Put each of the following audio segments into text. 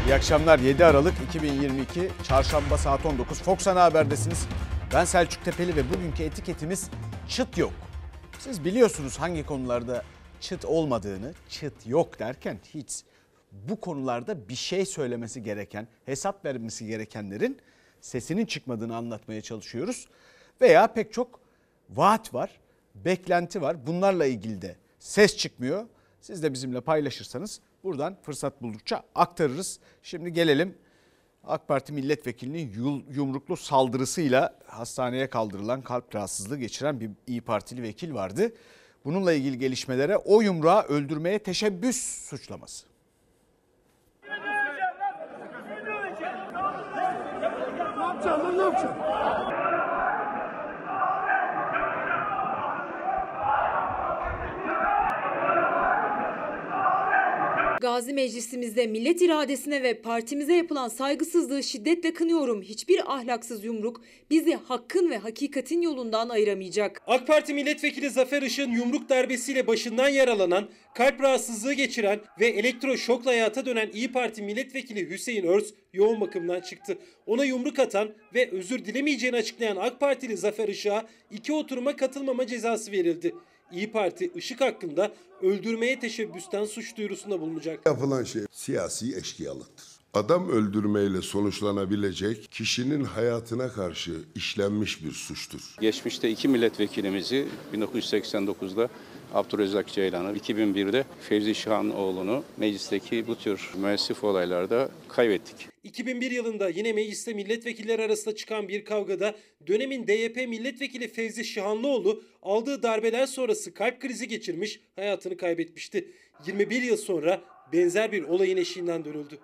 İyi akşamlar. 7 Aralık 2022 Çarşamba saat 19. Fox Ana Haber'desiniz. Ben Selçuk Tepeli ve bugünkü etiketimiz çıt yok. Siz biliyorsunuz hangi konularda çıt olmadığını, çıt yok derken hiç bu konularda bir şey söylemesi gereken, hesap vermesi gerekenlerin sesinin çıkmadığını anlatmaya çalışıyoruz. Veya pek çok vaat var, beklenti var. Bunlarla ilgili de ses çıkmıyor. Siz de bizimle paylaşırsanız buradan fırsat buldukça aktarırız. Şimdi gelelim AK Parti milletvekilinin yumruklu saldırısıyla hastaneye kaldırılan, kalp rahatsızlığı geçiren bir İYİ Partili vekil vardı. Bununla ilgili gelişmelere, o yumruğa öldürmeye teşebbüs suçlaması. Ne yapacaksın? Gazi Meclisimizde millet iradesine ve partimize yapılan saygısızlığı şiddetle kınıyorum. Hiçbir ahlaksız yumruk bizi hakkın ve hakikatin yolundan ayıramayacak. AK Parti milletvekili Zafer Işık'ın yumruk darbesiyle başından yaralanan, kalp rahatsızlığı geçiren ve elektroşokla hayata dönen İYİ Parti milletvekili Hüseyin Örs yoğun bakımdan çıktı. Ona yumruk atan ve özür dilemeyeceğini açıklayan AK Partili Zafer Işık'a 2 oturuma katılmama cezası verildi. İYİ Parti Işık hakkında öldürmeye teşebbüsten suç duyurusunda bulunacak. Yapılan şey siyasi eşkıyalıktır. Adam öldürmeyle sonuçlanabilecek kişinin hayatına karşı işlenmiş bir suçtur. Geçmişte 2 milletvekilimizi 1989'da Abdurrezzak Ceylan'ı, 2001'de Fevzi Şahanoğlu'nu meclisteki bu tür müessif olaylarda kaybettik. 2001 yılında yine mecliste milletvekilleri arasında çıkan bir kavgada dönemin DYP milletvekili Fevzi Şahanlıoğlu aldığı darbeler sonrası kalp krizi geçirmiş, hayatını kaybetmişti. 21 yıl sonra benzer bir olayın eşiğinden dönüldü.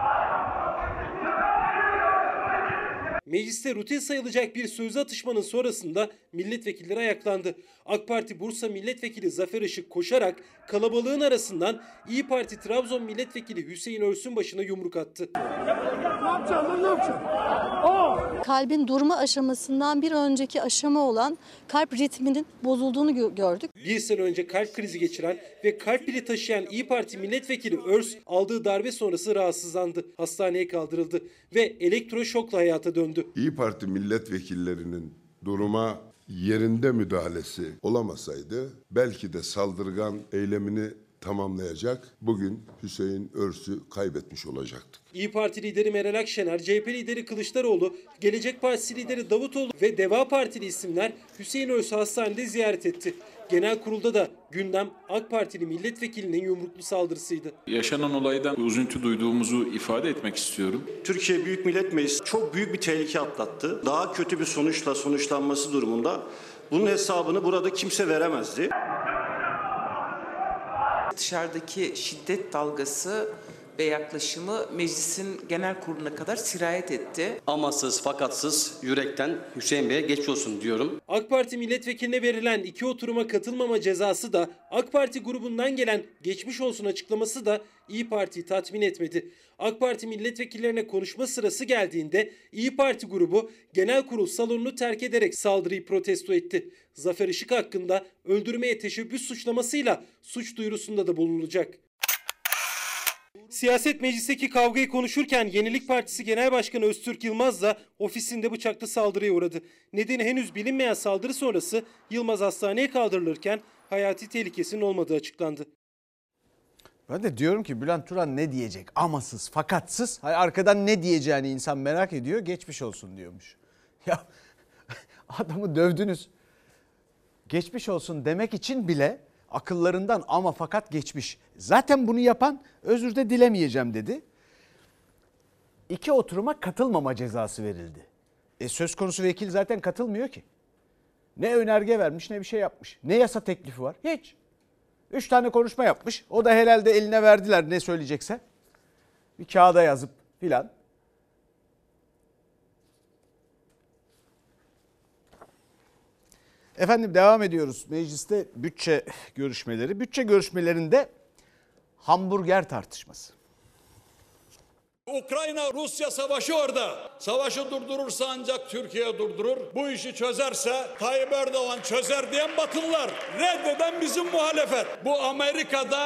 Mecliste rutin sayılacak bir sözlü atışmanın sonrasında milletvekilleri ayaklandı. AK Parti Bursa Milletvekili Zafer Işık koşarak kalabalığın arasından İYİ Parti Trabzon Milletvekili Hüseyin Örs'ün başına yumruk attı. Ne yapacaksın? Kalbin durma aşamasından bir önceki aşama olan kalp ritminin bozulduğunu gördük. Bir sene önce kalp krizi geçiren ve kalp pili taşıyan İYİ Parti milletvekili Örs aldığı darbe sonrası rahatsızlandı. Hastaneye kaldırıldı ve elektroşokla hayata döndü. İYİ Parti milletvekillerinin duruma yerinde müdahalesi olamasaydı belki de saldırgan eylemini tamamlayacak, bugün Hüseyin Örs'ü kaybetmiş olacaktık. İYİ Parti lideri Meral Akşener, CHP lideri Kılıçdaroğlu, Gelecek Partisi lideri Davutoğlu ve Deva Partili isimler Hüseyin Örs'ü hastanede ziyaret etti. Genel kurulda da gündem AK Partili milletvekilinin yumruklu saldırısıydı. Yaşanan olaydan üzüntü duyduğumuzu ifade etmek istiyorum. Türkiye Büyük Millet Meclisi çok büyük bir tehlike atlattı. Daha kötü bir sonuçla sonuçlanması durumunda bunun hesabını burada kimse veremezdi. Dışarıdaki şiddet dalgası ve yaklaşımı meclisin genel kuruluna kadar sirayet etti. Amasız fakatsız yürekten Hüseyin Bey'e geçmiş olsun diyorum. AK Parti milletvekiline verilen 2 oturuma katılmama cezası da AK Parti grubundan gelen geçmiş olsun açıklaması da İYİ Parti'yi tatmin etmedi. AK Parti milletvekillerine konuşma sırası geldiğinde İYİ Parti grubu genel kurul salonunu terk ederek saldırıyı protesto etti. Zafer Işık hakkında öldürmeye teşebbüs suçlamasıyla suç duyurusunda da bulunulacak. Siyaset meclisteki kavgayı konuşurken Yenilik Partisi Genel Başkanı Öztürk Yılmaz da ofisinde bıçaklı saldırıya uğradı. Nedeni henüz bilinmeyen saldırı sonrası Yılmaz hastaneye kaldırılırken hayati tehlikesinin olmadığı açıklandı. Ben de diyorum ki Bülent Turan ne diyecek? Amasız, fakatsız. Arkadan ne diyeceğini insan merak ediyor. Geçmiş olsun diyormuş. Ya adamı dövdünüz. Geçmiş olsun demek için bile akıllarından ama fakat geçmiş. Zaten bunu yapan özür de dilemeyeceğim dedi. 2 oturuma katılmama cezası verildi. Söz konusu vekil zaten katılmıyor ki. Ne önerge vermiş ne bir şey yapmış. Ne yasa teklifi var? Hiç. 3 tane konuşma yapmış. O da herhalde eline verdiler ne söyleyecekse. Bir kağıda yazıp filan. Efendim devam ediyoruz. Mecliste bütçe görüşmeleri. Bütçe görüşmelerinde hamburger tartışması. Ukrayna-Rusya savaşı orada. Savaşı durdurursa ancak Türkiye durdurur. Bu işi çözerse Tayyip Erdoğan çözer diyen Batılılar. Reddeden bizim muhalefet. Bu Amerika'da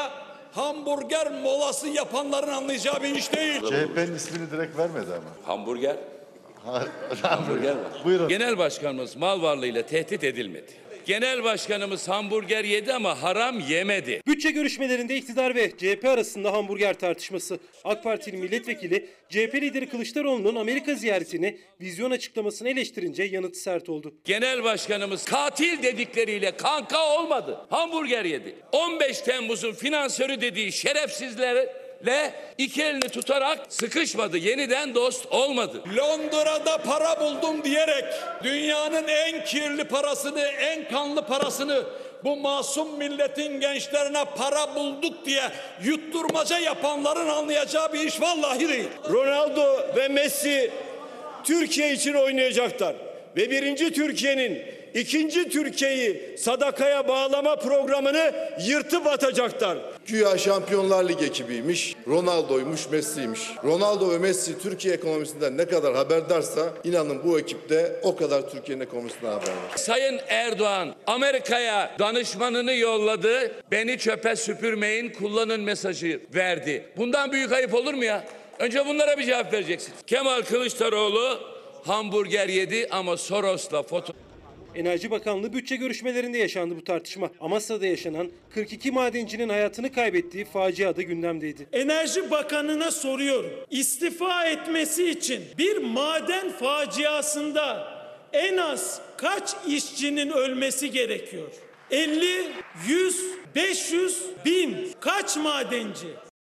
hamburger molası yapanların anlayacağı bir iş değil. CHP'nin ismini direkt vermedi ama. Hamburger. Hamburger var. Buyurun. Genel başkanımız mal varlığıyla tehdit edilmedi. Genel başkanımız hamburger yedi ama haram yemedi. Bütçe görüşmelerinde iktidar ve CHP arasında hamburger tartışması. AK Partili milletvekili CHP lideri Kılıçdaroğlu'nun Amerika ziyaretini, vizyon açıklamasını eleştirince yanıtı sert oldu. Genel başkanımız katil dedikleriyle kanka olmadı. Hamburger yedi. 15 Temmuz'un finansörü dediği şerefsizlerle iki elini tutarak sıkışmadı. Yeniden dost olmadı. Londra'da para buldum diyerek dünyanın en kirli parasını, en kanlı parasını bu masum milletin gençlerine para bulduk diye yutturmaca yapanların anlayacağı bir iş vallahi değil. Ronaldo ve Messi Türkiye için oynayacaklar ve birinci Türkiye'nin ikinci Türkiye'yi sadakaya bağlama programını yırtıp atacaklar. Güya Şampiyonlar Ligi ekibiymiş, Ronaldo'ymuş, Messi'ymiş. Ronaldo ve Messi Türkiye ekonomisinden ne kadar haberdarsa inanın bu ekipte o kadar Türkiye'nin ekonomisinden haber var. Sayın Erdoğan Amerika'ya danışmanını yolladı. Beni çöpe süpürmeyin, kullanın mesajı verdi. Bundan büyük ayıp olur mu ya? Önce bunlara bir cevap vereceksiniz. Kemal Kılıçdaroğlu hamburger yedi ama Soros'la foto... Enerji Bakanlığı bütçe görüşmelerinde yaşandı bu tartışma. Amasya'da yaşanan 42 madencinin hayatını kaybettiği facia da gündemdeydi. Enerji Bakanı'na soruyorum. İstifa etmesi için bir maden faciasında en az kaç işçinin ölmesi gerekiyor? 50, 100, 500, 1000. Kaç madenci?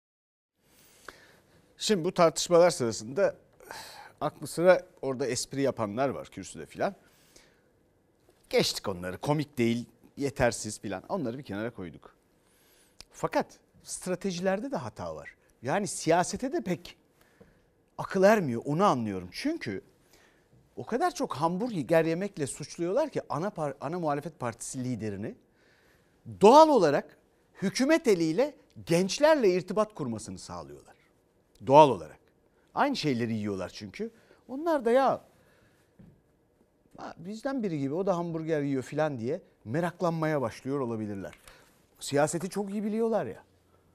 Şimdi bu tartışmalar sırasında aklı sıra orada espri yapanlar var kürsüde filan. Geçtik onları. Komik değil, yetersiz filan. Onları bir kenara koyduk. Fakat stratejilerde de hata var. Yani siyasete de pek akıl ermiyor. Onu anlıyorum. Çünkü o kadar çok hamburger yemekle suçluyorlar ki ana muhalefet partisi liderini doğal olarak hükümet eliyle gençlerle irtibat kurmasını sağlıyorlar. Doğal olarak. Aynı şeyleri yiyorlar çünkü. Onlar da ya bizden biri gibi o da hamburger yiyor filan diye meraklanmaya başlıyor olabilirler. Siyaseti çok iyi biliyorlar ya.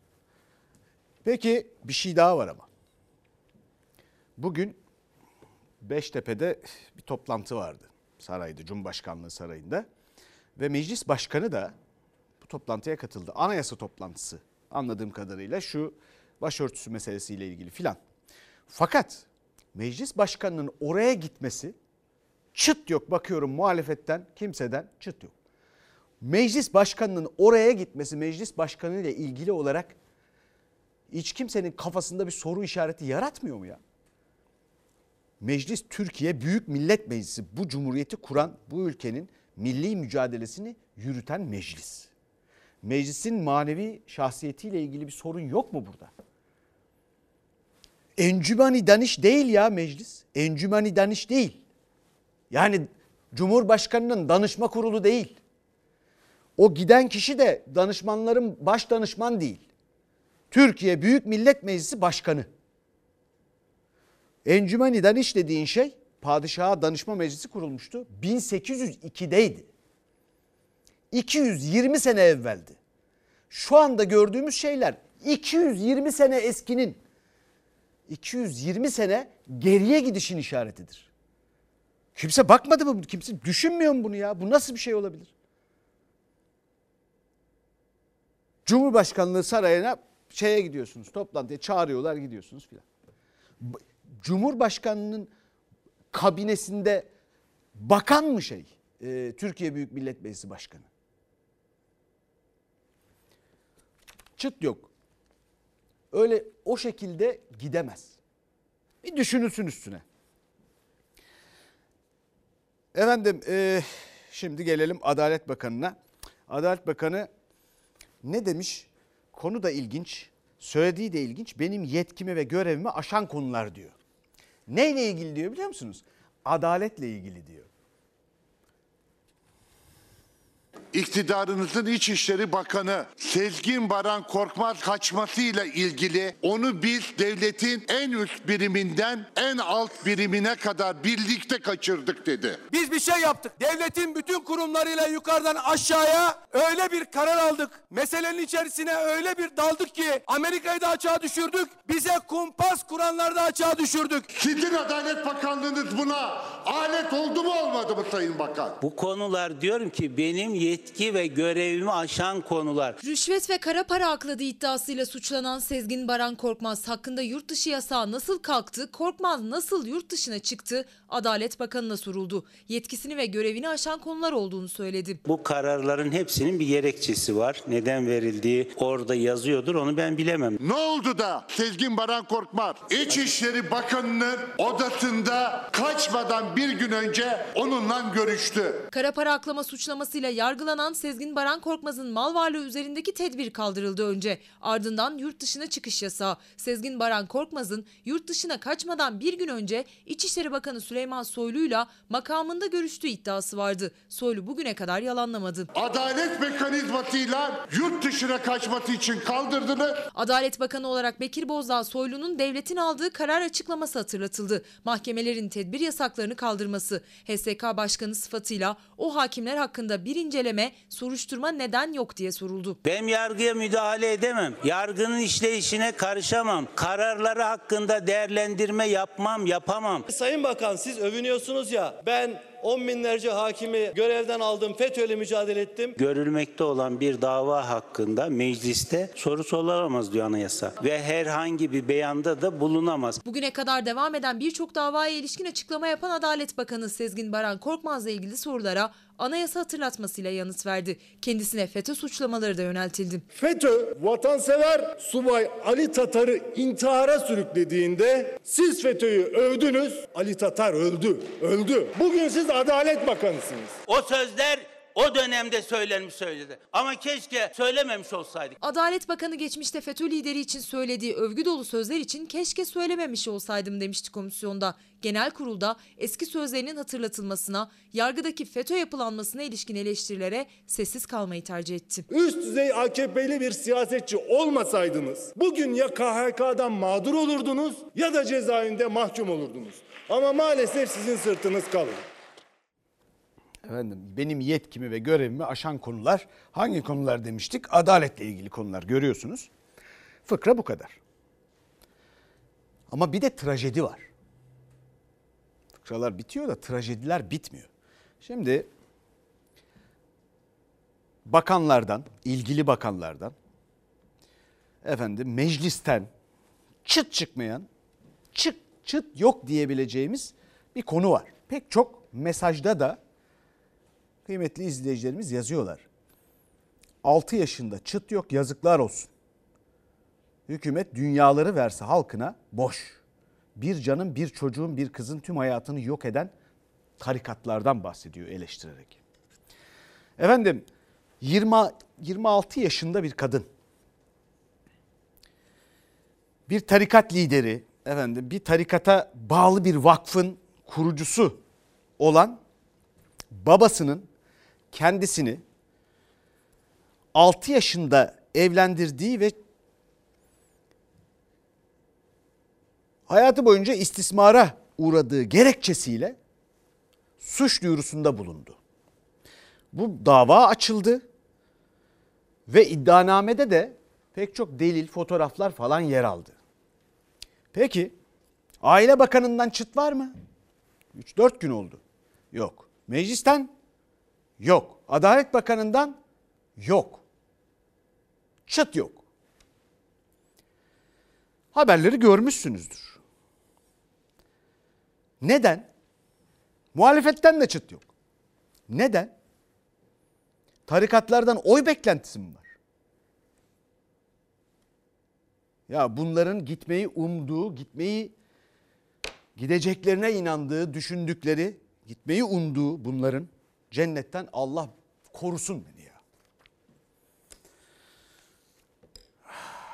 Peki bir şey daha var ama. Bugün Beştepe'de bir toplantı vardı. Sarayda, Cumhurbaşkanlığı Sarayı'nda. Ve meclis başkanı da bu toplantıya katıldı. Anayasa toplantısı anladığım kadarıyla şu başörtüsü meselesiyle ilgili filan. Fakat meclis başkanının oraya gitmesi çıt yok, bakıyorum muhalefetten kimseden çıt yok. Meclis başkanının oraya gitmesi meclis başkanı ile ilgili olarak hiç kimsenin kafasında bir soru işareti yaratmıyor mu ya? Meclis Türkiye Büyük Millet Meclisi, bu cumhuriyeti kuran, bu ülkenin milli mücadelesini yürüten meclis. Meclisin manevi şahsiyetiyle ilgili bir sorun yok mu burada? Encümeni Daniş değil ya meclis. Encümeni Daniş değil. Yani Cumhurbaşkanı'nın danışma kurulu değil. O giden kişi de danışmanların baş danışman değil. Türkiye Büyük Millet Meclisi Başkanı. Encümeni Daniş dediğin şey, Padişaha Danışma Meclisi kurulmuştu. 1802'deydi. 220 sene evveldi. Şu anda gördüğümüz şeyler 220 sene eskinin, 220 sene geriye gidişin işaretidir. Kimse bakmadı mı? Kimse düşünmüyor mu bunu ya? Bu nasıl bir şey olabilir? Cumhurbaşkanlığı sarayına gidiyorsunuz, toplantıya çağırıyorlar, gidiyorsunuz filan. Cumhurbaşkanının kabinesinde bakan mı Türkiye Büyük Millet Meclisi Başkanı? Çıt yok. Öyle o şekilde gidemez. Bir düşünülsün üstüne. Efendim şimdi gelelim Adalet Bakanı'na. Adalet Bakanı ne demiş? Konu da ilginç, söylediği de ilginç. Benim yetkimi ve görevimi aşan konular diyor. Neyle ilgili diyor biliyor musunuz? Adaletle ilgili diyor. iktidarınızın İçişleri Bakanı Sezgin Baran Korkmaz kaçmasıyla ilgili onu biz devletin en üst biriminden en alt birimine kadar birlikte kaçırdık dedi. Biz bir şey yaptık. Devletin bütün kurumlarıyla yukarıdan aşağıya öyle bir karar aldık. Meselenin içerisine öyle bir daldık ki Amerika'yı da açığa düşürdük. Bize kumpas kuranları da açığa düşürdük. Sizin Adalet Bakanlığınız buna alet oldu mu olmadı mı Sayın Bakan? Bu konular diyorum ki benim yetki ve görevimi aşan konular. Rüşvet ve kara para akladığı iddiasıyla suçlanan Sezgin Baran Korkmaz hakkında yurt dışı yasağı nasıl kalktı, Korkmaz nasıl yurt dışına çıktı, Adalet Bakanı'na soruldu. Yetkisini ve görevini aşan konular olduğunu söyledi. Bu kararların hepsinin bir gerekçesi var. Neden verildiği orada yazıyordur, onu ben bilemem. Ne oldu da Sezgin Baran Korkmaz İçişleri Bakanı'nın odasında kaçmadan bir gün önce onunla görüştü? Kara para aklama suçlamasıyla yargılanan Sezgin Baran Korkmaz'ın mal varlığı üzerindeki tedbir kaldırıldı önce. Ardından yurt dışına çıkış yasağı. Sezgin Baran Korkmaz'ın yurt dışına kaçmadan bir gün önce İçişleri Bakanı Süleyman Soylu'yla makamında görüştüğü iddiası vardı. Soylu bugüne kadar yalanlamadı. Adalet mekanizmasıyla yurt dışına kaçması için kaldırdınız. Adalet Bakanı olarak Bekir Bozdağ Soylu'nun devletin aldığı karar açıklaması hatırlatıldı. Mahkemelerin tedbir yasaklarını kaldırması. HSK Başkanı sıfatıyla o hakimler hakkında bir inceleme, soruşturma neden yok diye soruldu. Ben yargıya müdahale edemem. Yargının işleyişine karışamam. Kararları hakkında değerlendirme yapamam. Sayın Bakan, siz övünüyorsunuz ya, ben 10 binlerce hakimi görevden aldım, FETÖ'yle mücadele ettim. Görülmekte olan bir dava hakkında mecliste soru sorulamaz diyor anayasa ve herhangi bir beyanda da bulunamaz. Bugüne kadar devam eden birçok davaya ilişkin açıklama yapan Adalet Bakanı Sezgin Baran Korkmaz'la ilgili sorulara anayasa hatırlatmasıyla yanıt verdi. Kendisine FETÖ suçlamaları da yöneltildi. FETÖ vatansever subay Ali Tatar'ı intihara sürüklediğinde siz FETÖ'yü övdünüz. Ali Tatar öldü. Bugün siz Adalet Bakanısınız. O sözler o dönemde söyledi. Ama keşke söylememiş olsaydık. Adalet Bakanı geçmişte FETÖ lideri için söylediği övgü dolu sözler için keşke söylememiş olsaydım demişti komisyonda. Genel kurulda eski sözlerinin hatırlatılmasına, yargıdaki FETÖ yapılanmasına ilişkin eleştirilere sessiz kalmayı tercih etti. Üst düzey AKP'li bir siyasetçi olmasaydınız bugün ya KHK'dan mağdur olurdunuz ya da cezaevinde mahkum olurdunuz. Ama maalesef sizin sırtınız kalın. Efendim, benim yetkimi ve görevimi aşan konular hangi konular demiştik? Adaletle ilgili konular, görüyorsunuz. Fıkra bu kadar. Ama bir de trajedi var. Fıkralar bitiyor da trajediler bitmiyor. Şimdi bakanlardan, ilgili bakanlardan, efendim meclisten çıt çıkmayan, çıt yok diyebileceğimiz bir konu var. Pek çok mesajda da kıymetli izleyicilerimiz yazıyorlar. 6 yaşında çıt yok, yazıklar olsun. Hükümet dünyaları verse halkına boş. Bir canın, bir çocuğun, bir kızın tüm hayatını yok eden tarikatlardan bahsediyor eleştirerek. Efendim 26 yaşında bir kadın. Bir tarikat lideri, efendim bir tarikata bağlı bir vakfın kurucusu olan babasının kendisini 6 yaşında evlendirdiği ve hayatı boyunca istismara uğradığı gerekçesiyle suç duyurusunda bulundu. Bu dava açıldı ve iddianamede de pek çok delil, fotoğraflar falan yer aldı. Peki Aile Bakanı'ndan çıt var mı? 3-4 gün oldu. Yok. Meclisten yok. Adalet Bakanı'ndan yok. Çıt yok. Haberleri görmüşsünüzdür. Neden? Muhalefetten de çıt yok. Neden? Tarikatlardan oy beklentisi mi var? Ya bunların gitmeyi umduğu, gideceklerine inandığı, düşündükleri, gitmeyi umduğu bunların cennetten Allah korusun beni ya.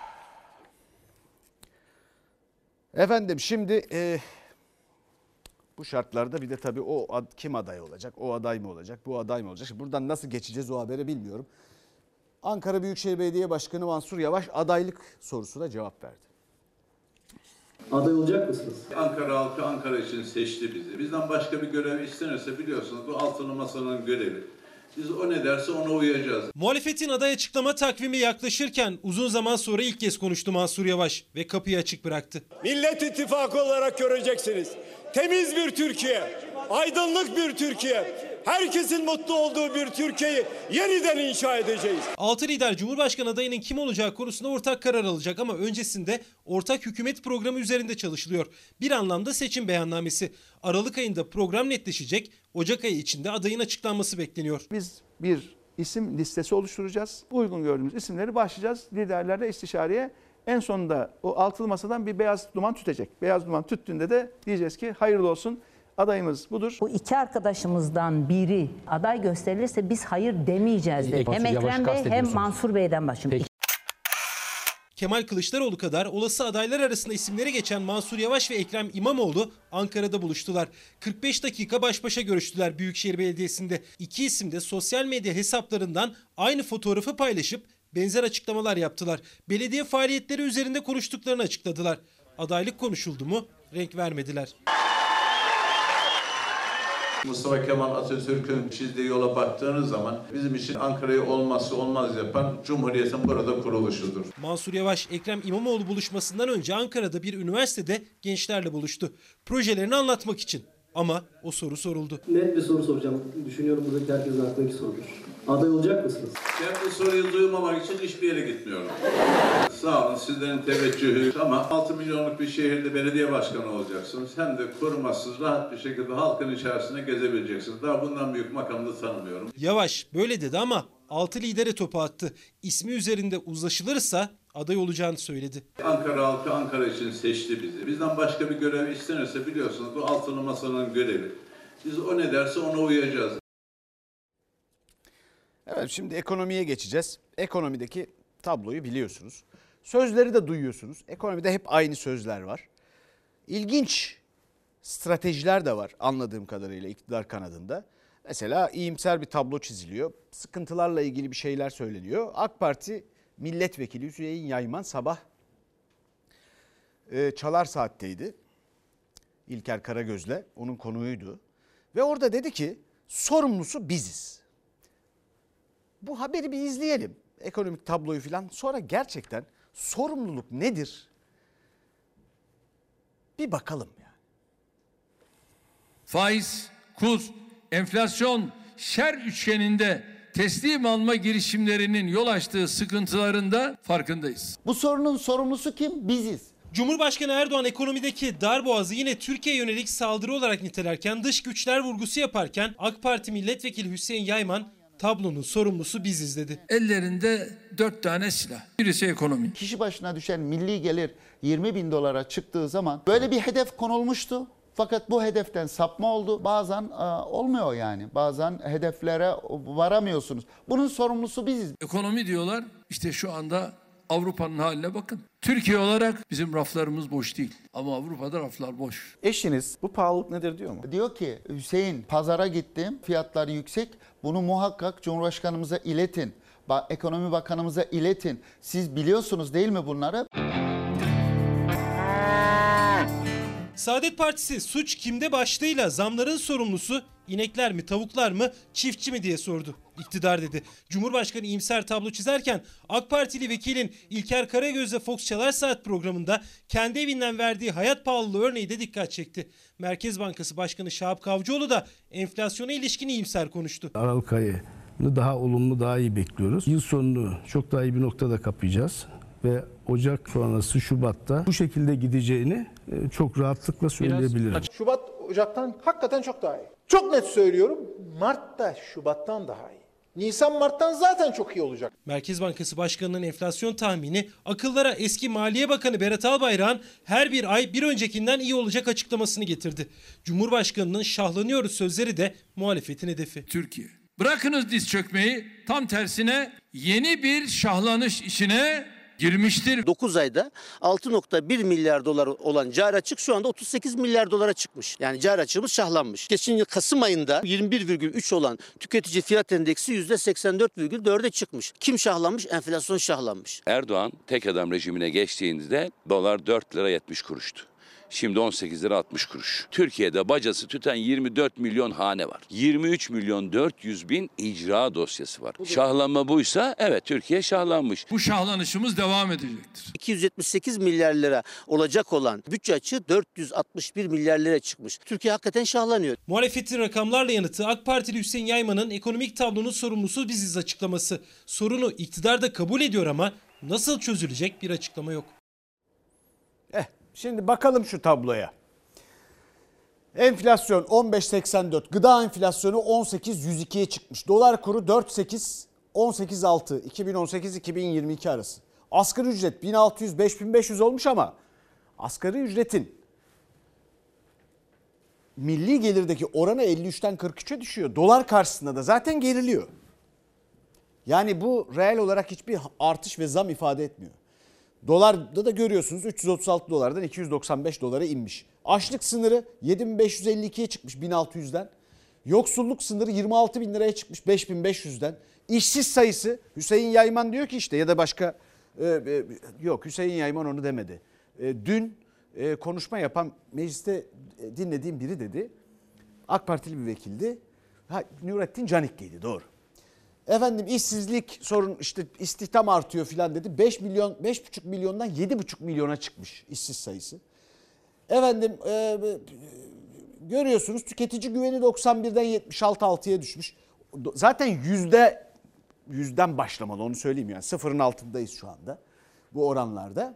Efendim şimdi Bu şartlarda bir de tabii kim aday olacak? O aday mı olacak? Bu aday mı olacak? Buradan nasıl geçeceğiz o habere bilmiyorum. Ankara Büyükşehir Belediye Başkanı Mansur Yavaş adaylık sorusuna cevap verdi. Aday olacak mısınız? Ankara halkı Ankara için seçti bizi. Bizden başka bir görev istenirse biliyorsunuz bu altılı masanın görevi. Biz o ne derse ona uyacağız. Muhalefetin aday açıklama takvimi yaklaşırken uzun zaman sonra ilk kez konuştu Mansur Yavaş ve kapıyı açık bıraktı. Millet İttifakı olarak göreceksiniz. Temiz bir Türkiye, aydınlık bir Türkiye, herkesin mutlu olduğu bir Türkiye'yi yeniden inşa edeceğiz. 6 lider Cumhurbaşkanı adayının kim olacağı konusunda ortak karar alacak ama öncesinde ortak hükümet programı üzerinde çalışılıyor. Bir anlamda seçim beyannamesi. Aralık ayında program netleşecek, Ocak ayı içinde adayın açıklanması bekleniyor. Biz bir isim listesi oluşturacağız. Uygun gördüğümüz isimleri başlayacağız liderlerle istişareye. En sonunda o altılı masadan bir beyaz duman tütecek. Beyaz duman tüttüğünde de diyeceğiz ki hayırlı olsun, adayımız budur. Bu iki arkadaşımızdan biri aday gösterilirse biz hayır demeyeceğiz dedi. Hem Ekrem Bey hem Mansur Bey'den başlayayım. Kemal Kılıçdaroğlu kadar olası adaylar arasında isimleri geçen Mansur Yavaş ve Ekrem İmamoğlu Ankara'da buluştular. 45 dakika baş başa görüştüler Büyükşehir Belediyesi'nde. İki isim de sosyal medya hesaplarından aynı fotoğrafı paylaşıp benzer açıklamalar yaptılar. Belediye faaliyetleri üzerinde konuştuklarını açıkladılar. Adaylık konuşuldu mu? Renk vermediler. Mustafa Kemal Atatürk'ün çizdiği yola baktığınız zaman bizim için Ankara'yı olmazsa olmaz yapan Cumhuriyet'in burada kuruluşudur. Mansur Yavaş, Ekrem İmamoğlu buluşmasından önce Ankara'da bir üniversitede gençlerle buluştu. Projelerini anlatmak için. Ama o soru soruldu. Net bir soru soracağım. Düşünüyorum buradaki herkesin aklındaki sorudur. Aday olacak mısınız? Ben bu soruyu duymamak için hiçbir yere gitmiyorum. Sağ olun sizlerin teveccühü ama 6 milyonluk bir şehirde belediye başkanı olacaksınız. Hem de korumasız rahat bir şekilde halkın içerisine gezebileceksiniz. Daha bundan büyük makamda tanımıyorum. Yavaş böyle dedi ama 6 lidere topu attı. İsmi üzerinde uzlaşılırsa aday olacağını söyledi. Ankara halkı Ankara için seçti bizi. Bizden başka bir görev istenirse biliyorsunuz bu altılı masanın görevi. Biz o ne derse ona uyacağız. Evet, şimdi ekonomiye geçeceğiz. Ekonomideki tabloyu biliyorsunuz. Sözleri de duyuyorsunuz. Ekonomide hep aynı sözler var. İlginç stratejiler de var anladığım kadarıyla iktidar kanadında. Mesela iyimser bir tablo çiziliyor. Sıkıntılarla ilgili bir şeyler söyleniyor. AK Parti milletvekili Hüseyin Yayman sabah Çalar Saat'teydi. İlker Karagöz'le onun konuğuydu. Ve orada dedi ki sorumlusu biziz. Bu haberi bir izleyelim. Ekonomik tabloyu falan. Sonra gerçekten sorumluluk nedir? Bir bakalım yani. Faiz, kur, enflasyon, şer üçgeninde teslim alma girişimlerinin yol açtığı sıkıntıların da farkındayız. Bu sorunun sorumlusu kim? Biziz. Cumhurbaşkanı Erdoğan ekonomideki darboğazı yine Türkiye'ye yönelik saldırı olarak nitelerken dış güçler vurgusu yaparken AK Parti milletvekili Hüseyin Yayman tablonun sorumlusu biziz dedi. Ellerinde 4 tane silah. Birisi ekonomi. Kişi başına düşen milli gelir 20 bin dolara çıktığı zaman böyle bir hedef konulmuştu. Fakat bu hedeften sapma oldu. Bazen olmuyor yani. Bazen hedeflere varamıyorsunuz. Bunun sorumlusu biziz. Ekonomi diyorlar. İşte şu anda Avrupa'nın haline bakın. Türkiye olarak bizim raflarımız boş değil. Ama Avrupa'da raflar boş. Eşiniz bu pahalılık nedir diyor mu? Diyor ki Hüseyin pazara gittim. Fiyatlar yüksek. Bunu muhakkak Cumhurbaşkanımıza iletin. Ekonomi Bakanımıza iletin. Siz biliyorsunuz değil mi bunları? Saadet Partisi suç kimde başlığıyla zamların sorumlusu inekler mi, tavuklar mı, çiftçi mi diye sordu. İktidar dedi. Cumhurbaşkanı iyimser tablo çizerken AK Partili vekilin İlker Karagöz'le Fox Çalar Saat programında kendi evinden verdiği hayat pahalılığı örneği de dikkat çekti. Merkez Bankası Başkanı Şahap Kavcıoğlu da enflasyona ilişkin iyimser konuştu. Aralık ayını daha olumlu, daha iyi bekliyoruz. Yıl sonunu çok daha iyi bir noktada kapayacağız. Ve Ocak sonrası Şubat'ta bu şekilde gideceğini çok rahatlıkla söyleyebilirim. Şubat Ocak'tan hakikaten çok daha iyi. Çok net söylüyorum, Mart da Şubat'tan daha iyi. Nisan Mart'tan zaten çok iyi olacak. Merkez Bankası Başkanı'nın enflasyon tahmini akıllara eski Maliye Bakanı Berat Albayrak'ın her bir ay bir öncekinden iyi olacak açıklamasını getirdi. Cumhurbaşkanı'nın şahlanıyoruz sözleri de muhalefetin hedefi. Türkiye. Bırakınız diz çökmeyi, tam tersine yeni bir şahlanış işine girmiştir. 9 ayda 6.1 milyar dolar olan cari açık şu anda 38 milyar dolara çıkmış. Yani cari açığımız şahlanmış. Geçen yıl Kasım ayında 21,3 olan tüketici fiyat endeksi %84,4'e çıkmış. Kim şahlanmış? Enflasyon şahlanmış. Erdoğan tek adam rejimine geçtiğinde dolar 4 lira 70 kuruştu. Şimdi 18 lira 60 kuruş. Türkiye'de bacası tüten 24 milyon hane var. 23 milyon 400 bin icra dosyası var. Şahlanma buysa evet Türkiye şahlanmış. Bu şahlanışımız devam edecektir. 278 milyar lira olacak olan bütçe açığı 461 milyar lira çıkmış. Türkiye hakikaten şahlanıyor. Muhalefetin rakamlarla yanıtı AK Partili Hüseyin Yayman'ın ekonomik tablonun sorumlusu biziz açıklaması. Sorunu iktidar da kabul ediyor ama nasıl çözülecek bir açıklama yok. Şimdi bakalım şu tabloya. Enflasyon 15.84, gıda enflasyonu 18.102'ye çıkmış. Dolar kuru 4.8, 18.6, 2018-2022 arası. Asgari ücret 1.600-5.500 olmuş ama asgari ücretin milli gelirdeki oranı 53'ten 43'e düşüyor. Dolar karşısında da zaten geriliyor. Yani bu reel olarak hiçbir artış ve zam ifade etmiyor. Dolarda da görüyorsunuz 336 dolardan 295 dolara inmiş. Açlık sınırı 7.552'ye çıkmış 1600'den. Yoksulluk sınırı 26 bin liraya çıkmış 5500'den. İşsiz sayısı Hüseyin Yayman diyor ki işte ya da başka yok Hüseyin Yayman onu demedi. Dün konuşma yapan mecliste dinlediğim biri dedi. AK Partili bir vekildi. Nurettin Canikli'ydi doğru. Efendim işsizlik sorun işte istihdam artıyor filan dedi. 5,5 milyondan 7,5 milyona çıkmış işsiz sayısı. Efendim görüyorsunuz tüketici güveni 91'den 76.6'ya düşmüş. Zaten yüzden başlamalı onu söyleyeyim yani sıfırın altındayız şu anda bu oranlarda.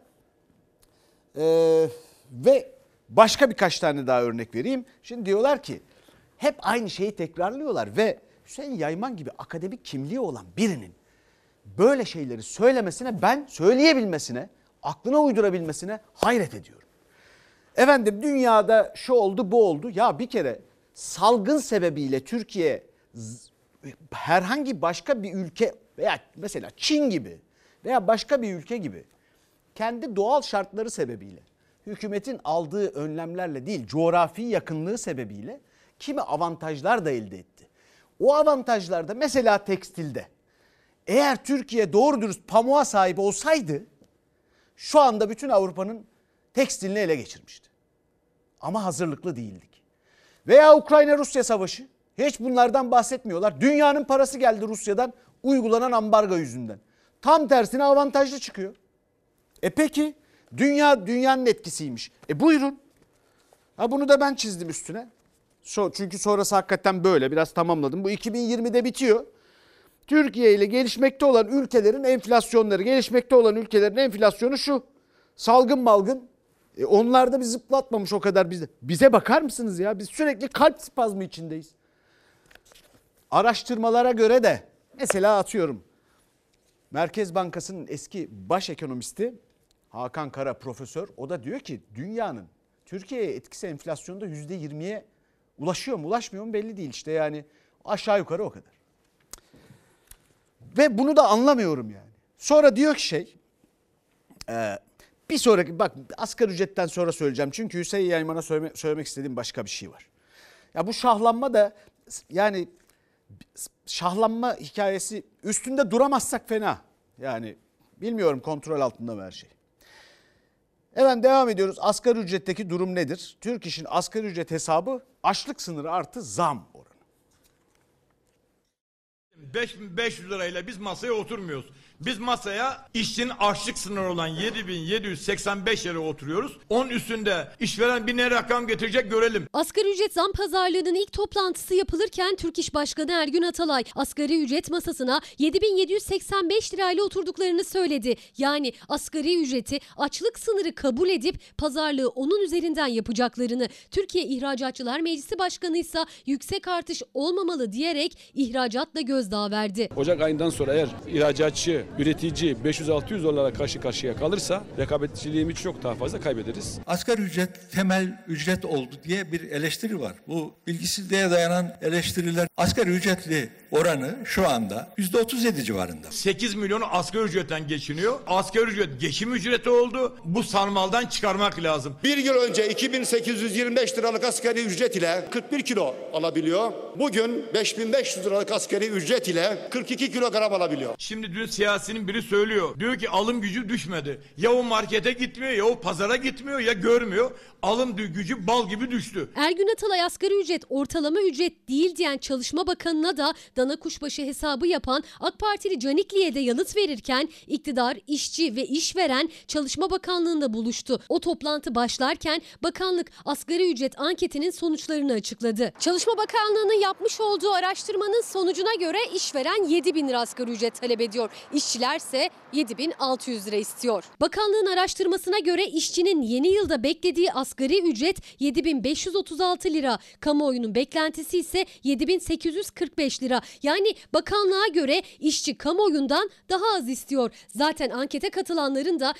Ve başka birkaç tane daha örnek vereyim. Şimdi diyorlar ki hep aynı şeyi tekrarlıyorlar ve Hüseyin Yayman gibi akademik kimliği olan birinin böyle şeyleri söylemesine, ben söyleyebilmesine, aklına uydurabilmesine hayret ediyorum. Efendim dünyada şu oldu bu oldu. Ya bir kere salgın sebebiyle Türkiye herhangi başka bir ülke veya mesela Çin gibi veya başka bir ülke gibi kendi doğal şartları sebebiyle hükümetin aldığı önlemlerle değil coğrafi yakınlığı sebebiyle kimi avantajlar da elde etti. O avantajlarda mesela tekstilde eğer Türkiye doğru dürüst pamuğa sahip olsaydı şu anda bütün Avrupa'nın tekstilini ele geçirmişti. Ama hazırlıklı değildik. Veya Ukrayna-Rusya savaşı hiç bunlardan bahsetmiyorlar. Dünyanın parası geldi Rusya'dan uygulanan ambargo yüzünden. Tam tersine avantajlı çıkıyor. Peki dünyanın etkisiymiş. Buyurun. Bunu da ben çizdim üstüne. Çünkü sonrası hakikaten böyle biraz tamamladım. Bu 2020'de bitiyor. Türkiye ile gelişmekte olan ülkelerin enflasyonları, gelişmekte olan ülkelerin enflasyonu şu. Salgın malgın. Onlar da bizi zıplatmamış o kadar bizde. Bize bakar mısınız ya? Biz sürekli kalp spazmı içindeyiz. Araştırmalara göre de mesela atıyorum. Merkez Bankası'nın eski baş ekonomisti Hakan Kara profesör o da diyor ki dünyanın Türkiye'ye etkisi enflasyonda %20'ye ulaşıyor mu ulaşmıyor mu belli değil işte yani aşağı yukarı o kadar. Ve bunu da anlamıyorum yani. Sonra diyor ki bir sonraki bak asgari ücretten sonra söyleyeceğim. Çünkü Hüseyin Yayman'a söylemek istediğim başka bir şey var. Ya bu şahlanma da yani şahlanma hikayesi üstünde duramazsak fena. Yani bilmiyorum kontrol altında mı her şey. Evet devam ediyoruz. Asgari ücretteki durum nedir? Türk İş'in asgari ücret hesabı açlık sınırı artı zam oranı. 5.500 lirayla biz masaya oturmuyoruz. Biz masaya işçinin açlık sınırı olan 7.785 liraya oturuyoruz. Onun üstünde işveren bir ne rakam getirecek görelim. Asgari ücret zam pazarlığının ilk toplantısı yapılırken Türk İş Başkanı Ergün Atalay asgari ücret masasına 7.785 lirayla oturduklarını söyledi. Yani asgari ücreti açlık sınırı kabul edip pazarlığı onun üzerinden yapacaklarını, Türkiye İhracatçılar Meclisi Başkanı ise yüksek artış olmamalı diyerek ihracatla gözdağı verdi. Ocak ayından sonra eğer ihracatçı üretici 500-600 dolara karşı karşıya kalırsa rekabetçiliğimizi çok daha fazla kaybederiz. Asgari ücret temel ücret oldu diye bir eleştiri var. Bu bilgisizliğe dayanan eleştiriler. Asgari ücretli oranı şu anda %37 civarında. 8 milyonu asgari ücretten geçiniyor. Asgari ücret geçim ücreti oldu. Bu sarmaldan çıkarmak lazım. Bir yıl önce 2825 liralık asgari ücret ile 41 kilo alabiliyor. Bugün 5500 liralık asgari ücret ile 42 kilogram alabiliyor. Şimdi dün siyasinin biri söylüyor. Diyor ki alım gücü düşmedi. Ya o markete gitmiyor, ya o pazara gitmiyor, ya görmüyor. Alım gücü bal gibi düştü. Ergün Atalay asgari ücret ortalama ücret değil diyen Çalışma Bakanı'na da dana kuşbaşı hesabı yapan AK Partili Canikli'ye de yanıt verirken iktidar, işçi ve işveren Çalışma Bakanlığı'nda buluştu. O toplantı başlarken bakanlık asgari ücret anketinin sonuçlarını açıkladı. Çalışma Bakanlığı'nın yapmış olduğu araştırmanın sonucuna göre işveren 7.000 lira asgari ücret talep ediyor. İşçilerse 7.600 lira istiyor. Bakanlığın araştırmasına göre işçinin yeni yılda beklediği asgari ücret 7.536 lira. Kamuoyunun beklentisi ise 7.845 lira. Yani bakanlığa göre işçi kamuoyundan daha az istiyor. Zaten ankete katılanların da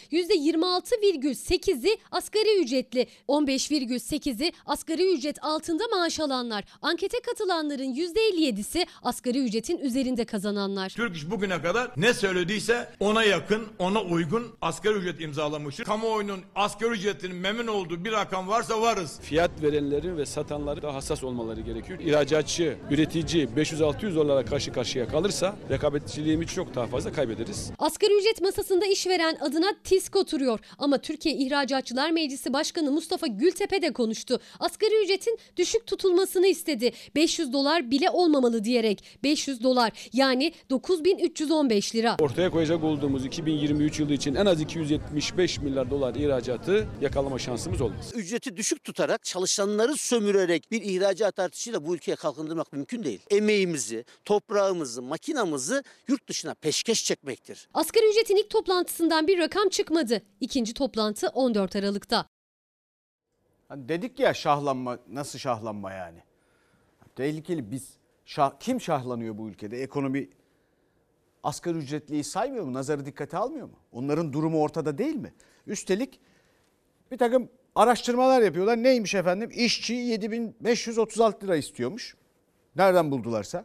%26,8'i asgari ücretli, 15,8'i asgari ücret altında maaş alanlar. Ankete katılanların %57'si asgari ücretin üzerinde kazananlar. Türk İş bugüne kadar ne söylediyse ona yakın, ona uygun asgari ücret imzalamıştır. Kamuoyunun asgari ücretinin memnun olduğu bir rakam varsa varız. Fiyat verenlerin ve satanların daha hassas olmaları gerekiyor. İhracatçı, üretici 500-600 dolara karşı karşıya kalırsa rekabetçiliğimizi çok daha fazla kaybederiz. Asgari ücret masasında işveren adına TİSK oturuyor. Ama Türkiye İhracatçılar Meclisi Başkanı Mustafa Gültepe de konuştu. Asgari ücretin düşük tutulmasını istedi. 500 dolar bile olmamalı diyerek. 500 dolar yani 9.315 lira. Ortaya koyacak olduğumuz 2023 yılı için en az 275 milyar dolar ihracatı yakalama şansımız olmaz. Ücreti düşük tutarak, çalışanları sömürerek bir ihracat artışıyla bu ülkeye kalkındırmak mümkün değil. Emeğimizi, toprağımızı, makinamızı yurt dışına peşkeş çekmektir. Asgari ücretin ilk toplantısından bir rakam çıkmadı. İkinci toplantı 14 Aralık'ta. Hani dedik ya şahlanma, nasıl şahlanma yani? Tehlikeli. Kim şahlanıyor bu ülkede? Ekonomi asgari ücretliyi saymıyor mu? Nazarı dikkate almıyor mu? Onların durumu ortada değil mi? Üstelik bir takım araştırmalar yapıyorlar. Neymiş efendim? İşçi 7.536 lira istiyormuş. Nereden buldularsa.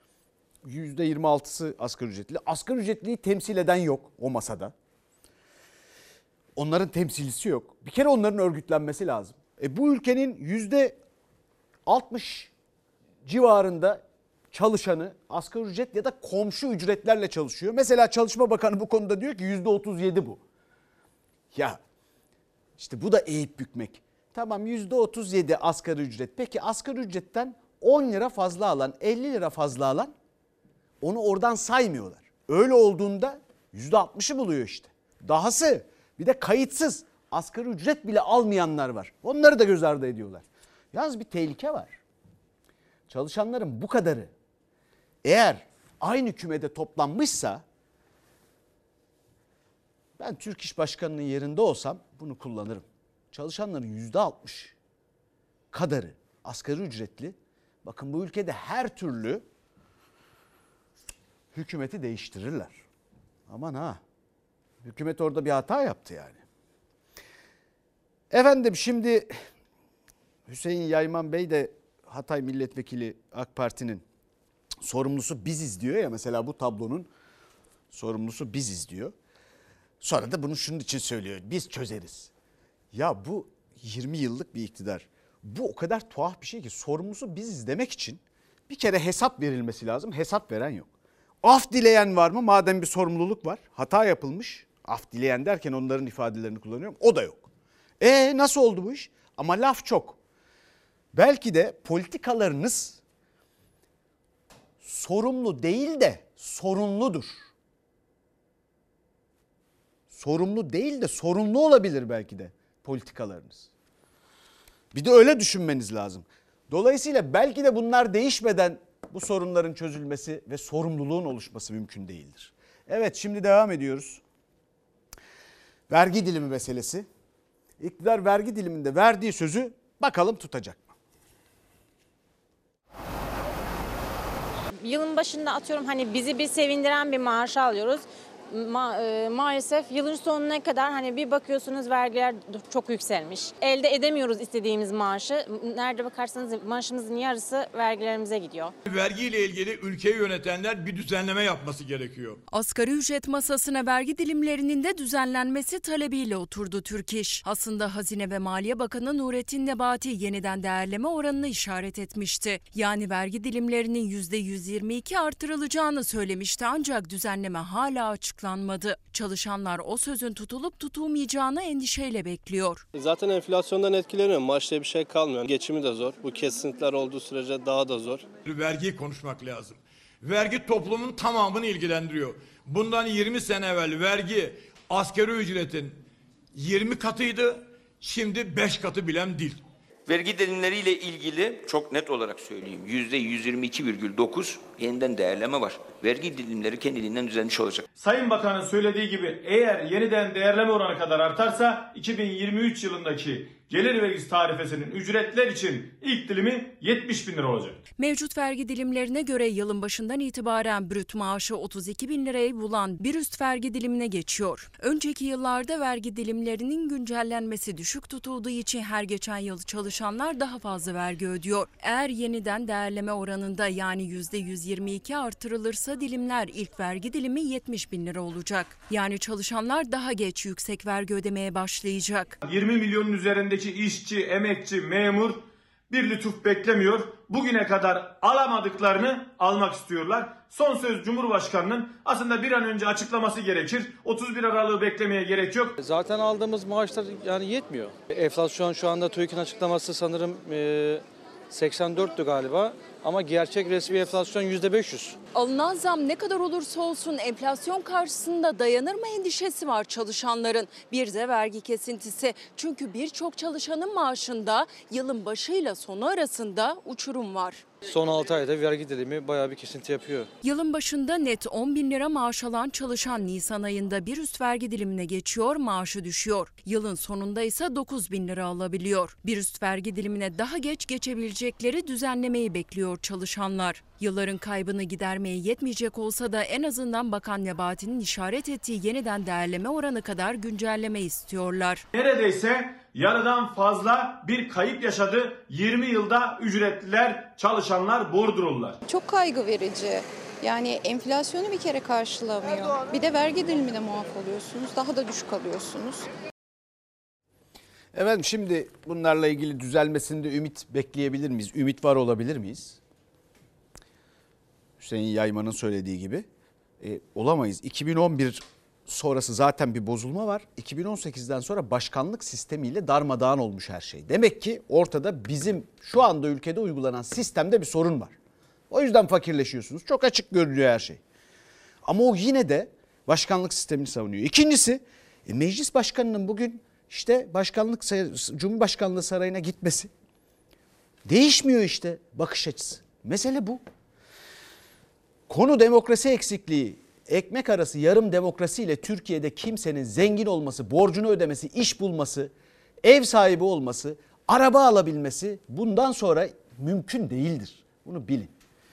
%26'sı asgari ücretli. Asgari ücretliyi temsil eden yok o masada. Onların temsilcisi yok. Bir kere onların örgütlenmesi lazım. Bu ülkenin %60 civarında çalışanı asgari ücret ya da komşu ücretlerle çalışıyor. Mesela Çalışma Bakanı bu konuda diyor ki %37 bu. Ya işte bu da eğip bükmek. Tamam %37 asgari ücret. Peki asgari ücretten 10 lira fazla alan, 50 lira fazla alan onu oradan saymıyorlar. Öyle olduğunda %60'ı buluyor işte. Dahası bir de kayıtsız asgari ücret bile almayanlar var. Onları da göz ardı ediyorlar. Yalnız bir tehlike var. Çalışanların bu kadarı eğer aynı kümede toplanmışsa ben Türk İş Başkanı'nın yerinde olsam bunu kullanırım. Çalışanların %60 kadarı asgari ücretli. Bakın bu ülkede her türlü hükümeti değiştirirler. Aman ha. Hükümet orada bir hata yaptı yani. Efendim şimdi Hüseyin Yayman Bey de Hatay Milletvekili AK Parti'nin sorumlusu biziz diyor ya, mesela bu tablonun sorumlusu biziz diyor. Sonra da bunu şunun için söylüyor. Biz çözeriz. Ya bu 20 yıllık bir iktidar. Bu o kadar tuhaf bir şey ki sorumlusu biziz demek için bir kere hesap verilmesi lazım. Hesap veren yok. Af dileyen var mı? Madem bir sorumluluk var. Hata yapılmış. Af dileyen derken onların ifadelerini kullanıyorum. O da yok. Nasıl oldu bu iş? Ama laf çok. Belki de politikalarınız sorumlu değil de sorunludur. Sorumlu değil de sorunlu olabilir belki de politikalarınız. Bir de öyle düşünmeniz lazım. Dolayısıyla belki de bunlar değişmeden bu sorunların çözülmesi ve sorumluluğun oluşması mümkün değildir. Evet, şimdi devam ediyoruz. Vergi dilimi meselesi. İktidar vergi diliminde verdiği sözü bakalım tutacak mı? Yılın başında atıyorum hani bizi bir sevindiren bir maaş alıyoruz. maalesef yılın sonuna kadar hani bir bakıyorsunuz vergiler çok yükselmiş. Elde edemiyoruz istediğimiz maaşı. Nerede bakarsanız maaşımızın yarısı vergilerimize gidiyor. Vergiyle ilgili ülkeyi yönetenler bir düzenleme yapması gerekiyor. Asgari ücret masasına vergi dilimlerinin de düzenlenmesi talebiyle oturdu Türk İş. Aslında Hazine ve Maliye Bakanı Nurettin Nebati yeniden değerleme oranını işaret etmişti. Yani vergi dilimlerinin %122 artırılacağını söylemişti ancak düzenleme hala açıklanmadı. Çalışanlar o sözün tutulup tutulmayacağını endişeyle bekliyor. Zaten enflasyondan etkileniyor. Maaşta bir şey kalmıyor. Geçimi de zor. Bu kesintiler olduğu sürece daha da zor. Vergiyi konuşmak lazım. Vergi toplumun tamamını ilgilendiriyor. Bundan 20 sene evvel vergi asgari ücretin 20 katıydı. Şimdi 5 katı bilen değil. Vergi dilimleriyle ilgili çok net olarak söyleyeyim. %122,9 yeniden değerleme var. Vergi dilimleri kendiliğinden düzenlenmiş olacak. Sayın Bakan'ın söylediği gibi eğer yeniden değerleme oranı kadar artarsa 2023 yılındaki gelir vergisi tarifesinin ücretler için ilk dilimi 70 bin lira olacak. Mevcut vergi dilimlerine göre yılın başından itibaren brüt maaşı 32 bin lirayı bulan bir üst vergi dilimine geçiyor. Önceki yıllarda vergi dilimlerinin güncellenmesi düşük tutulduğu için her geçen yıl çalışanlar daha fazla vergi ödüyor. Eğer yeniden değerleme oranında yani %122 artırılırsa dilimler ilk vergi dilimi 70 bin lira olacak. Yani çalışanlar daha geç yüksek vergi ödemeye başlayacak. 20 milyonun üzerindeki işçi, emekçi, memur bir lütuf beklemiyor. Bugüne kadar alamadıklarını almak istiyorlar. Son söz Cumhurbaşkanı'nın aslında bir an önce açıklaması gerekir. 31 Aralık'ı beklemeye gerek yok. Zaten aldığımız maaşlar yani yetmiyor. Enflasyon şu anda TÜİK'in açıklaması sanırım 84'tü galiba. Ama gerçek resmi enflasyon %500. Alınan zam ne kadar olursa olsun enflasyon karşısında dayanır mı endişesi var çalışanların. Bir de vergi kesintisi. Çünkü birçok çalışanın maaşında yılın başıyla sonu arasında uçurum var. Son 6 ayda vergi dilimi bayağı bir kesinti yapıyor. Yılın başında net 10 bin lira maaş alan çalışan Nisan ayında bir üst vergi dilimine geçiyor, maaşı düşüyor. Yılın sonunda ise 9 bin lira alabiliyor. Bir üst vergi dilimine daha geç geçebilecekleri düzenlemeyi bekliyor çalışanlar. Yılların kaybını gidermeye yetmeyecek olsa da en azından Bakan Nebati'nin işaret ettiği yeniden değerleme oranı kadar güncelleme istiyorlar. Neredeyse yarıdan fazla bir kayıp yaşadı. 20 yılda ücretliler, çalışanlar, bordrolular. Çok kaygı verici. Yani enflasyonu bir kere karşılamıyor. Bir de vergi dilimine muaf oluyorsunuz. Daha da düşük alıyorsunuz. Efendim şimdi bunlarla ilgili düzelmesinde ümit bekleyebilir miyiz? Ümit var olabilir miyiz? Hüseyin Yayman'ın söylediği gibi olamayız. 2011 sonrası zaten bir bozulma var. 2018'den sonra başkanlık sistemiyle darmadağın olmuş her şey. Demek ki ortada bizim şu anda ülkede uygulanan sistemde bir sorun var. O yüzden fakirleşiyorsunuz. Çok açık görünüyor her şey. Ama o yine de başkanlık sistemini savunuyor. İkincisi meclis başkanının bugün işte Cumhurbaşkanlığı sarayına gitmesi. Değişmiyor işte bakış açısı. Mesele bu. Konu demokrasi eksikliği, ekmek arası yarım demokrasiyle Türkiye'de kimsenin zengin olması, borcunu ödemesi, iş bulması, ev sahibi olması, araba alabilmesi bundan sonra mümkün değildir. Bunu bilin.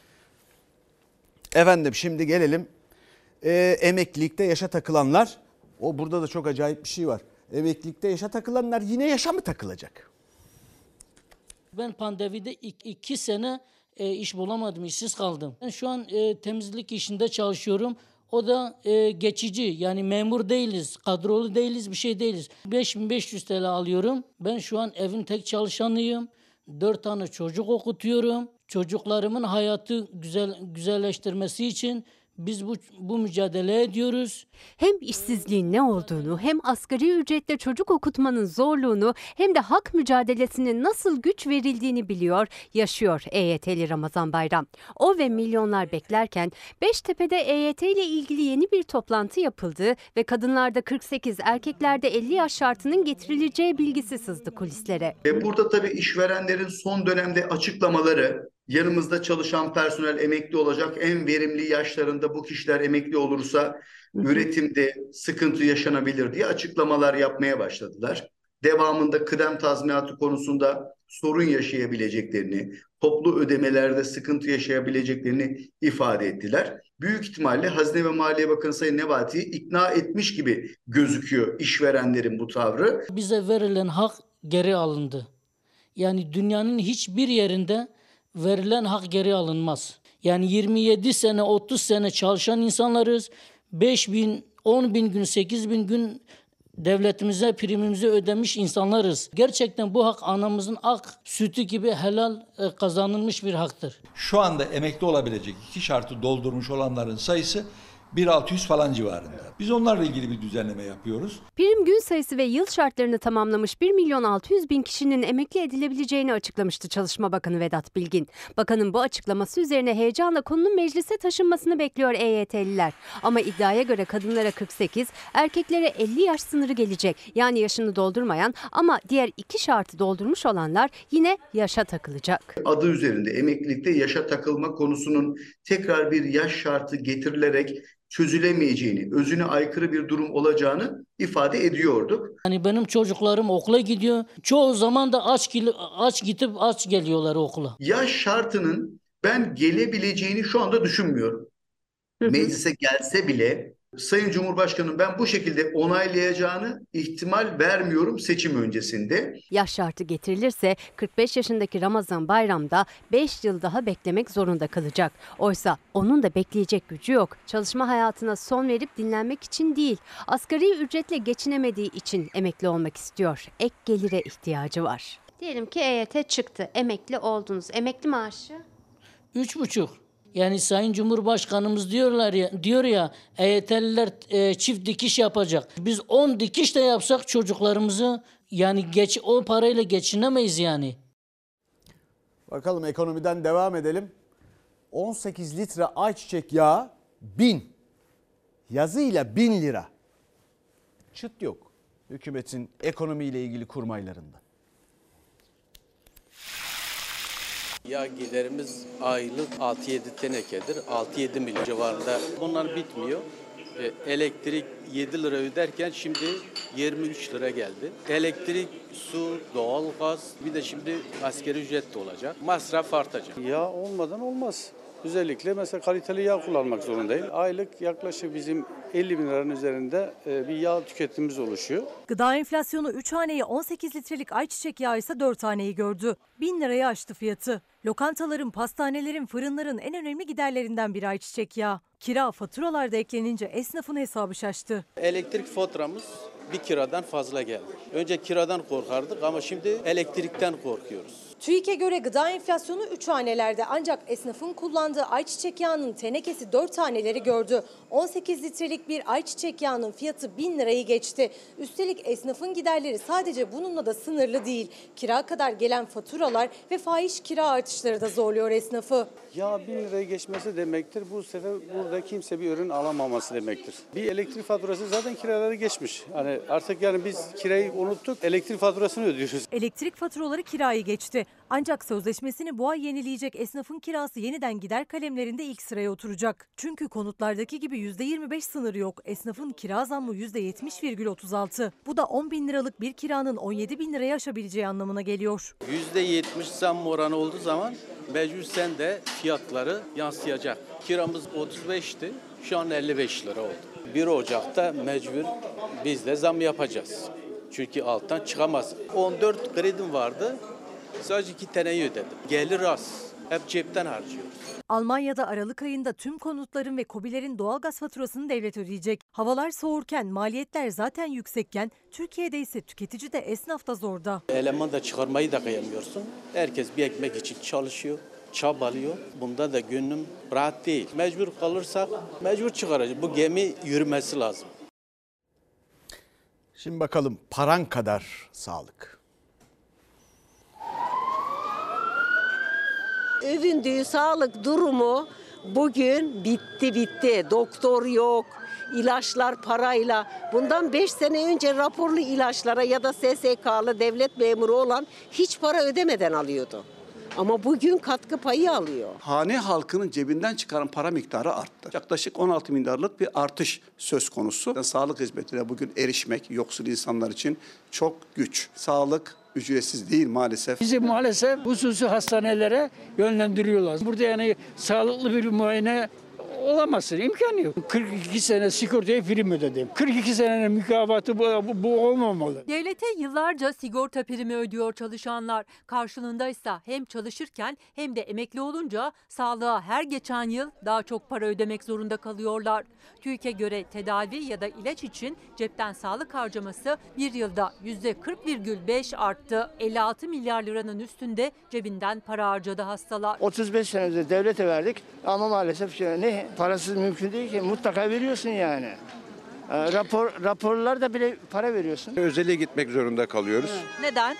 Efendim şimdi gelelim emeklilikte yaşa takılanlar. Burada da çok acayip bir şey var. Emeklilikte yaşa takılanlar yine yaşa mı takılacak? Ben pandemide 2 sene iş bulamadım, işsiz kaldım. Ben şu an temizlik işinde çalışıyorum. O da geçici, yani memur değiliz, kadrolu değiliz, bir şey değiliz. 5.500 TL alıyorum. Ben şu an evin tek çalışanıyım. 4 tane çocuk okutuyorum. Çocuklarımın hayatı güzelleştirmesi için biz bu mücadele ediyoruz. Hem işsizliğin ne olduğunu, hem asgari ücretle çocuk okutmanın zorluğunu, hem de hak mücadelesinin nasıl güç verildiğini biliyor, yaşıyor EYT'li Ramazan Bayram. O ve milyonlar beklerken Beştepe'de EYT ile ilgili yeni bir toplantı yapıldı ve kadınlarda 48, erkeklerde 50 yaş şartının getirileceği bilgisi sızdı kulislere. Burada tabii işverenlerin son dönemde açıklamaları, yanımızda çalışan personel emekli olacak, en verimli yaşlarında bu kişiler emekli olursa üretimde sıkıntı yaşanabilir diye açıklamalar yapmaya başladılar. Devamında kıdem tazminatı konusunda sorun yaşayabileceklerini, toplu ödemelerde sıkıntı yaşayabileceklerini ifade ettiler. büyük ihtimalle Hazine ve Maliye Bakanı Sayın Nebati'yi ikna etmiş gibi gözüküyor işverenlerin bu tavrı. Bize verilen hak geri alındı. Yani dünyanın hiçbir yerinde verilen hak geri alınmaz. Yani 27 sene, 30 sene çalışan insanlarız. 5 bin, 10 bin gün, 8 bin gün devletimize, primimizi ödemiş insanlarız. Gerçekten bu hak anamızın ak sütü gibi helal kazanılmış bir haktır. Şu anda emekli olabilecek 2 şartı doldurmuş olanların sayısı 1.600 falan civarında. Biz onlarla ilgili bir düzenleme yapıyoruz. Prim gün sayısı ve yıl şartlarını tamamlamış 1.600.000 kişinin emekli edilebileceğini açıklamıştı Çalışma Bakanı Vedat Bilgin. Bakanın bu açıklaması üzerine heyecanla konunun meclise taşınmasını bekliyor EYT'liler. Ama iddiaya göre kadınlara 48, erkeklere 50 yaş sınırı gelecek. Yani yaşını doldurmayan ama diğer 2 şartı doldurmuş olanlar yine yaşa takılacak. Adı üzerinde emeklilikte yaşa takılma konusunun tekrar bir yaş şartı getirilerek çözülemeyeceğini, özüne aykırı bir durum olacağını ifade ediyorduk. Yani benim çocuklarım okula gidiyor. Çoğu zaman da aç gidip aç geliyorlar okula. Yaş şartının ben gelebileceğini şu anda düşünmüyorum. Meclise gelse bile Sayın Cumhurbaşkanı'nın ben bu şekilde onaylayacağını ihtimal vermiyorum seçim öncesinde. Yaş şartı getirilirse 45 yaşındaki Ramazan Bayram'da 5 yıl daha beklemek zorunda kalacak. Oysa onun da bekleyecek gücü yok. Çalışma hayatına son verip dinlenmek için değil, asgari ücretle geçinemediği için emekli olmak istiyor. Ek gelire ihtiyacı var. Diyelim ki EYT çıktı, emekli oldunuz. Emekli maaşı? 3,5. Yani Sayın Cumhurbaşkanımız diyor ya EYT'liler çift dikiş yapacak. Biz 10 dikiş de yapsak çocuklarımızı yani o parayla geçinemeyiz yani. Bakalım ekonomiden devam edelim. 18 litre ayçiçek yağı 1000. Yazıyla 1000 lira. Çıt yok hükümetin ekonomiyle ilgili kurmaylarında. Yağ giderimiz aylık 6-7 tenekedir. 6-7 milyon civarında. Bunlar bitmiyor. Elektrik 7 lira öderken şimdi 23 lira geldi. Elektrik, su, doğalgaz bir de şimdi asgari ücret de olacak. Masraf artacak. Yağ olmadan olmaz. Özellikle mesela kaliteli yağ kullanmak zorundayım. Aylık yaklaşık bizim 50 bin liranın üzerinde bir yağ tüketimimiz oluşuyor. Gıda enflasyonu 3 haneyi 18 litrelik ayçiçek yağı ise 4 haneyi gördü. 1000 lirayı aştı fiyatı. Lokantaların, pastanelerin, fırınların en önemli giderlerinden biri ayçiçek yağı. Kira, faturalar da eklenince esnafın hesabı şaştı. Elektrik faturamız bir kiradan fazla geldi. Önce kiradan korkardık ama şimdi elektrikten korkuyoruz. TÜİK'e göre gıda enflasyonu 3 hanelerde ancak esnafın kullandığı ayçiçek yağının tenekesi 4 haneleri gördü. 18 litrelik bir ayçiçek yağının fiyatı 1000 lirayı geçti. Üstelik esnafın giderleri sadece bununla da sınırlı değil. Kira kadar gelen faturalar ve fahiş kira artışları da zorluyor esnafı. Ya 1000 liraya geçmesi demektir. Bu sefer burada kimse bir ürün alamaması demektir. Bir elektrik faturası zaten kiraları geçmiş. Hani artık yani biz kirayı unuttuk, elektrik faturasını ödüyoruz. Elektrik faturaları kirayı geçti. Ancak sözleşmesini bu ay yenileyecek esnafın kirası yeniden gider kalemlerinde ilk sıraya oturacak. Çünkü konutlardaki gibi %25 sınırı yok. Esnafın kira zammı %70,36. Bu da 10 bin liralık bir kiranın 17 bin liraya aşabileceği anlamına geliyor. %70 zam oranı olduğu zaman mecbur sen de fiyatları yansıyacak. Kiramız 35'ti, şu an 55 lira oldu. 1 Ocak'ta mecbur biz de zam yapacağız. Çünkü alttan çıkamaz. 14 kredim vardı, sadece 2 taneyi ödedim. Gelir az, hep cepten harcıyoruz. Almanya'da Aralık ayında tüm konutların ve KOBİ'lerin doğalgaz faturasını devlet ödeyecek. Havalar soğurken, maliyetler zaten yüksekken, Türkiye'de ise tüketici de esnaf da zorda. Eleman da çıkarmayı da kıyamıyorsun. Herkes bir ekmek için çalışıyor, çabalıyor. Bunda da gönlüm rahat değil. Mecbur kalırsak mecbur çıkaracağız. Bu gemi yürümesi lazım. Şimdi bakalım paran kadar sağlık. Övündüğü sağlık durumu bugün bitti. Doktor yok, ilaçlar parayla. Bundan 5 sene önce raporlu ilaçlara ya da SSK'lı devlet memuru olan hiç para ödemeden alıyordu. Ama bugün katkı payı alıyor. Hane halkının cebinden çıkaran para miktarı arttı. Yaklaşık 16 milyarlık bir artış söz konusu. Sağlık hizmetine bugün erişmek yoksul insanlar için çok güç. Sağlık ücretsiz değil maalesef. Bizi maalesef hususi hastanelere yönlendiriyorlar. Burada yani sağlıklı bir muayene olamazsın. İmkanı yok. 42 sene sigortaya prim ödedim. 42 senenin mükafatı bu olmamalı. Devlete yıllarca sigorta primi ödüyor çalışanlar. Karşılığında ise hem çalışırken hem de emekli olunca sağlığa her geçen yıl daha çok para ödemek zorunda kalıyorlar. TÜİK'e göre tedavi ya da ilaç için cepten sağlık harcaması bir yılda %40,5 arttı. 56 milyar liranın üstünde cebinden para harcadı hastalar. 35 senedir devlete verdik ama maalesef ne parasız mümkün değil ki, mutlaka veriyorsun yani. Raporlarda bile para veriyorsun. Özele gitmek zorunda kalıyoruz. Neden?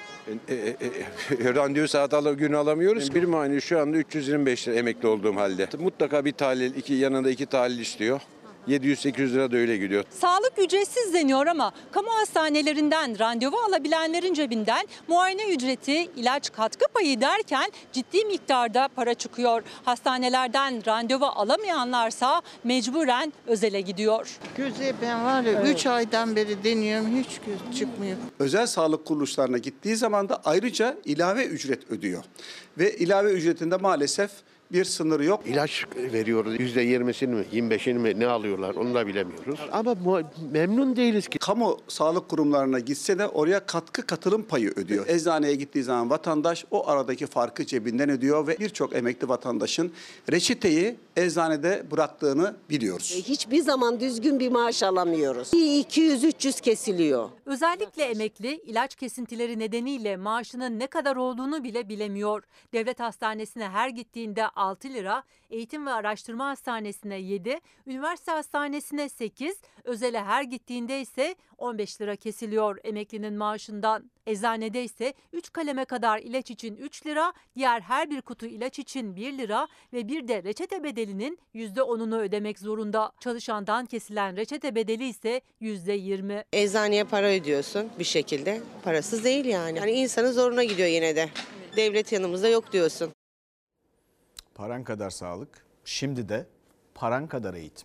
Randevu saat gün alamıyoruz. Bir muayene şu anda 325 lira emekli olduğum halde. Mutlaka bir tahlil, yanında 2 tahlil istiyor. 700-800 lira da öyle gidiyor. Sağlık ücretsiz deniyor ama kamu hastanelerinden randevu alabilenlerin cebinden muayene ücreti, ilaç katkı payı derken ciddi miktarda para çıkıyor. Hastanelerden randevu alamayanlarsa mecburen özele gidiyor. Göze ben var ya 3 aydan beri deniyorum, hiç göz çıkmıyor. Özel sağlık kuruluşlarına gittiği zaman da ayrıca ilave ücret ödüyor. Ve ilave ücretinde maalesef bir sınırı yok. İlaç veriyoruz. %20'sini mi, 25'ini mi ne alıyorlar onu da bilemiyoruz. Ama memnun değiliz ki. Kamu sağlık kurumlarına gitse de oraya katılım payı ödüyor. Eczaneye gittiği zaman vatandaş o aradaki farkı cebinden ödüyor ve birçok emekli vatandaşın reçeteyi eczanede bıraktığını biliyoruz. Hiçbir zaman düzgün bir maaş alamıyoruz. 200-300 kesiliyor. Özellikle emekli ilaç kesintileri nedeniyle maaşının ne kadar olduğunu bile bilemiyor. Devlet hastanesine her gittiğinde 6 lira, eğitim ve araştırma hastanesine 7, üniversite hastanesine 8, özele her gittiğinde ise 15 lira kesiliyor emeklinin maaşından. Eczanede ise 3 kaleme kadar ilaç için 3 lira, diğer her bir kutu ilaç için 1 lira ve bir de reçete bedelinin %10'unu ödemek zorunda. Çalışandan kesilen reçete bedeli ise %20. Eczaneye para ödüyorsun bir şekilde. Parasız değil yani. Yani insanın zoruna gidiyor yine de. Devlet yanımızda yok diyorsun. Paran kadar sağlık, şimdi de paran kadar eğitim.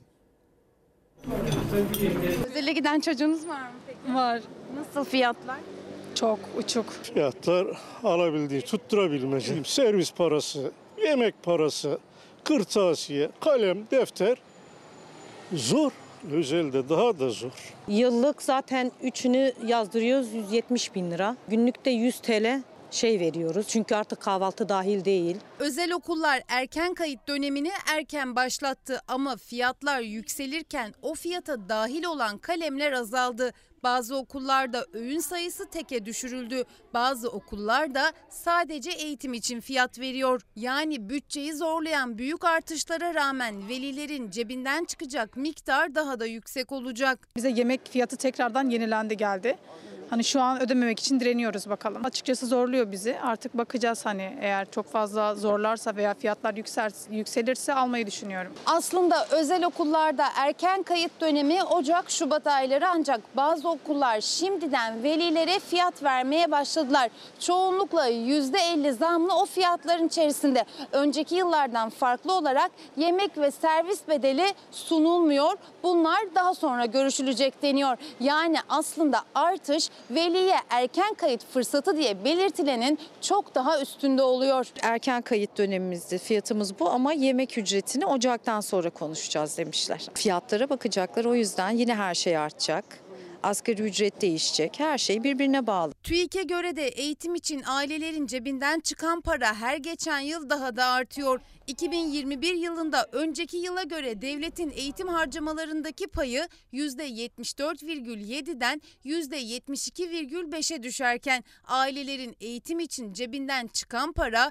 Özele giden çocuğunuz var mı peki? Var. Nasıl fiyatlar? Çok uçuk. Fiyatlar alabildiği, tutturabilmece. Servis parası, yemek parası, kırtasiye, kalem, defter zor. Özelde daha da zor. Yıllık zaten 3'ünü yazdırıyoruz 170 bin lira. Günlükte 100 TL veriyoruz. Çünkü artık kahvaltı dahil değil. Özel okullar erken kayıt dönemini erken başlattı ama fiyatlar yükselirken o fiyata dahil olan kalemler azaldı. Bazı okullarda öğün sayısı teke düşürüldü. Bazı okullar da sadece eğitim için fiyat veriyor. Yani bütçeyi zorlayan büyük artışlara rağmen velilerin cebinden çıkacak miktar daha da yüksek olacak. Bize yemek fiyatı tekrardan yenilendi geldi. Hani şu an ödememek için direniyoruz bakalım. Açıkçası zorluyor bizi. Artık bakacağız hani eğer çok fazla zorlarsa veya fiyatlar yükselirse almayı düşünüyorum. Aslında özel okullarda erken kayıt dönemi Ocak-Şubat ayları ancak bazı okullar şimdiden velilere fiyat vermeye başladılar. Çoğunlukla %50 zamlı o fiyatların içerisinde. Önceki yıllardan farklı olarak yemek ve servis bedeli sunulmuyor. Bunlar daha sonra görüşülecek deniyor. Yani aslında artış veliye erken kayıt fırsatı diye belirtilenin çok daha üstünde oluyor. Erken kayıt dönemimizde fiyatımız bu ama yemek ücretini Ocak'tan sonra konuşacağız demişler. Fiyatlara bakacaklar, o yüzden yine her şey artacak. Asgari ücret değişecek. Her şey birbirine bağlı. TÜİK'e göre de eğitim için ailelerin cebinden çıkan para her geçen yıl daha da artıyor. 2021 yılında önceki yıla göre devletin eğitim harcamalarındaki payı %74,7'den %72,5'e düşerken ailelerin eğitim için cebinden çıkan para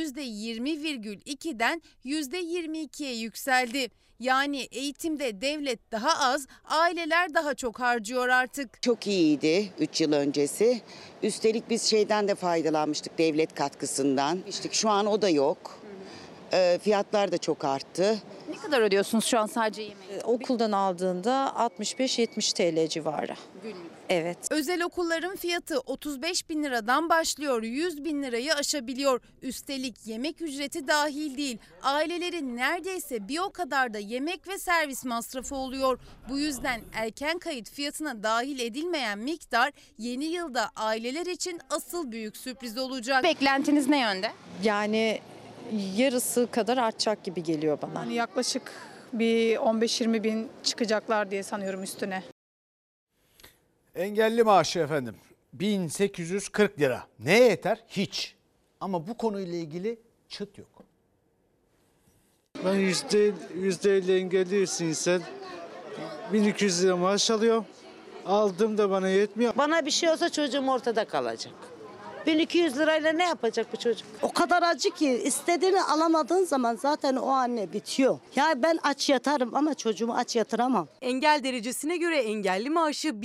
%20,2'den %22'ye yükseldi. Yani eğitimde devlet daha az, aileler daha çok harcıyor artık. Çok iyiydi 3 yıl öncesi. Üstelik biz şeyden de faydalanmıştık, devlet katkısından. İşte şu an o da yok. Fiyatlar da çok arttı. Ne kadar ödüyorsunuz şu an sadece yemeği? Okuldan aldığında 65-70 TL civarı. Günlük. Evet. Özel okulların fiyatı 35 bin liradan başlıyor, 100 bin lirayı aşabiliyor. Üstelik yemek ücreti dahil değil. Ailelerin neredeyse bir o kadar da yemek ve servis masrafı oluyor. Bu yüzden erken kayıt fiyatına dahil edilmeyen miktar yeni yılda aileler için asıl büyük sürpriz olacak. Beklentiniz ne yönde? Yani yarısı kadar artacak gibi geliyor bana. Yani yaklaşık Bir 15-20 bin çıkacaklar diye sanıyorum üstüne. Engelli maaşı efendim 1840 lira. Neye yeter? Hiç. Ama bu konuyla ilgili çıt yok. Ben %50 engelli insan 1200 lira maaş alıyor. Aldım da bana yetmiyor. Bana bir şey olsa çocuğum ortada kalacak. 1200 lirayla ne yapacak bu çocuk? O kadar acı ki istediğini alamadığın zaman zaten o anne bitiyor. Ya ben aç yatarım ama çocuğumu aç yatıramam. Engel derecesine göre engelli maaşı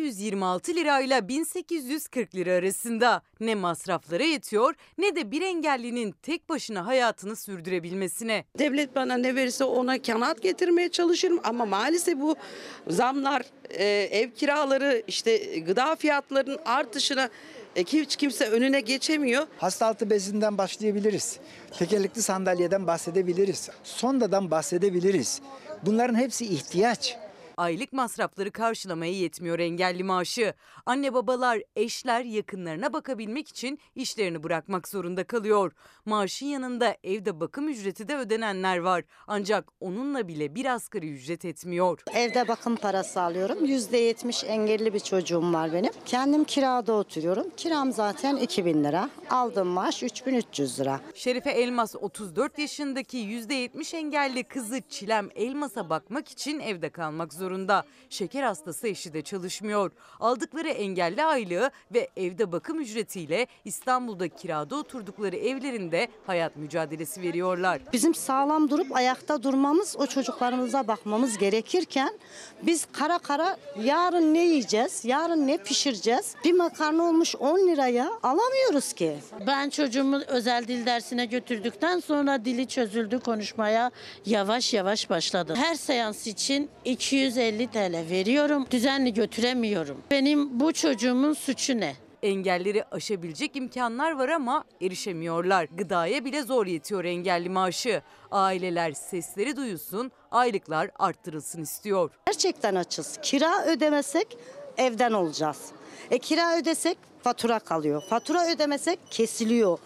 1226 lirayla 1840 lira arasında. Ne masraflara yetiyor ne de bir engellinin tek başına hayatını sürdürebilmesine. Devlet bana ne verirse ona kanaat getirmeye çalışırım ama maalesef bu zamlar, ev kiraları, işte gıda fiyatlarının artışına hiç kimse önüne geçemiyor. Hasta bezinden başlayabiliriz. Tekerlekli sandalyeden bahsedebiliriz. Sondadan bahsedebiliriz. Bunların hepsi ihtiyaç. Aylık masrafları karşılamaya yetmiyor engelli maaşı. Anne babalar, eşler yakınlarına bakabilmek için işlerini bırakmak zorunda kalıyor. Maaşın yanında evde bakım ücreti de ödenenler var. Ancak onunla bile bir asgari ücret etmiyor. Evde bakım parası alıyorum. %70 engelli bir çocuğum var benim. Kendim kirada oturuyorum. Kiram zaten 2000 lira. Aldığım maaş 3300 lira. Şerife Elmas 34 yaşındaki %70 engelli kızı Çilem Elmas'a bakmak için evde kalmak zorunda. Şeker hastası eşi de çalışmıyor. Aldıkları engelli aylığı ve evde bakım ücretiyle İstanbul'da kirada oturdukları evlerinde hayat mücadelesi veriyorlar. Bizim sağlam durup ayakta durmamız, o çocuklarımıza bakmamız gerekirken biz kara kara yarın ne yiyeceğiz, yarın ne pişireceğiz? Bir makarna olmuş 10 liraya alamıyoruz ki. Ben çocuğumu özel dil dersine götürdükten sonra dili çözüldü, konuşmaya yavaş yavaş başladı. Her seans için 250 TL veriyorum. Düzenli götüremiyorum. Benim bu çocuğumun suçu ne? Engelleri aşabilecek imkanlar var ama erişemiyorlar. Gıdaya bile zor yetiyor engelli maaşı. Aileler sesleri duyulsun, aylıklar arttırılsın istiyor. Gerçekten açız. Kira ödemesek evden olacağız. Kira ödesek fatura kalıyor. Fatura ödemesek kesiliyor.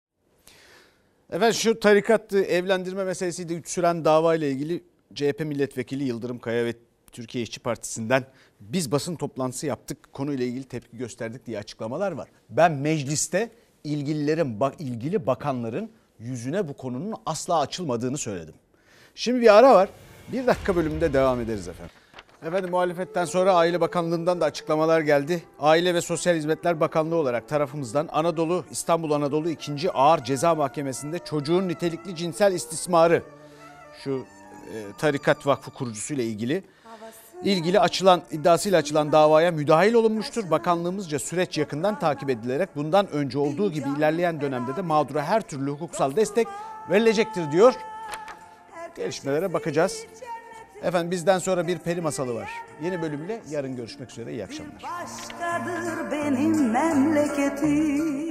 Efendim şu tarikat evlendirme meselesiyle süren davayla ilgili CHP milletvekili Yıldırım Kaya ve Türkiye İşçi Partisi'nden biz basın toplantısı yaptık, konuyla ilgili tepki gösterdik diye açıklamalar var. Ben mecliste ilgili bakanların yüzüne bu konunun asla açılmadığını söyledim. Şimdi bir ara var. 1 dakika bölümünde devam ederiz efendim. Efendim muhalefetten sonra Aile Bakanlığı'ndan da açıklamalar geldi. Aile ve Sosyal Hizmetler Bakanlığı olarak tarafımızdan İstanbul Anadolu 2. Ağır Ceza Mahkemesi'nde çocuğun nitelikli cinsel istismarı, şu tarikat vakfı kurucusuyla ilgili iddiasıyla açılan davaya müdahil olunmuştur. Bakanlığımızca süreç yakından takip edilerek bundan önce olduğu gibi ilerleyen dönemde de mağdura her türlü hukuksal destek verilecektir diyor. Gelişmelere bakacağız. Efendim bizden sonra bir peri masalı var. Yeni bölümle yarın görüşmek üzere. İyi akşamlar. Başkadır benim memleketim.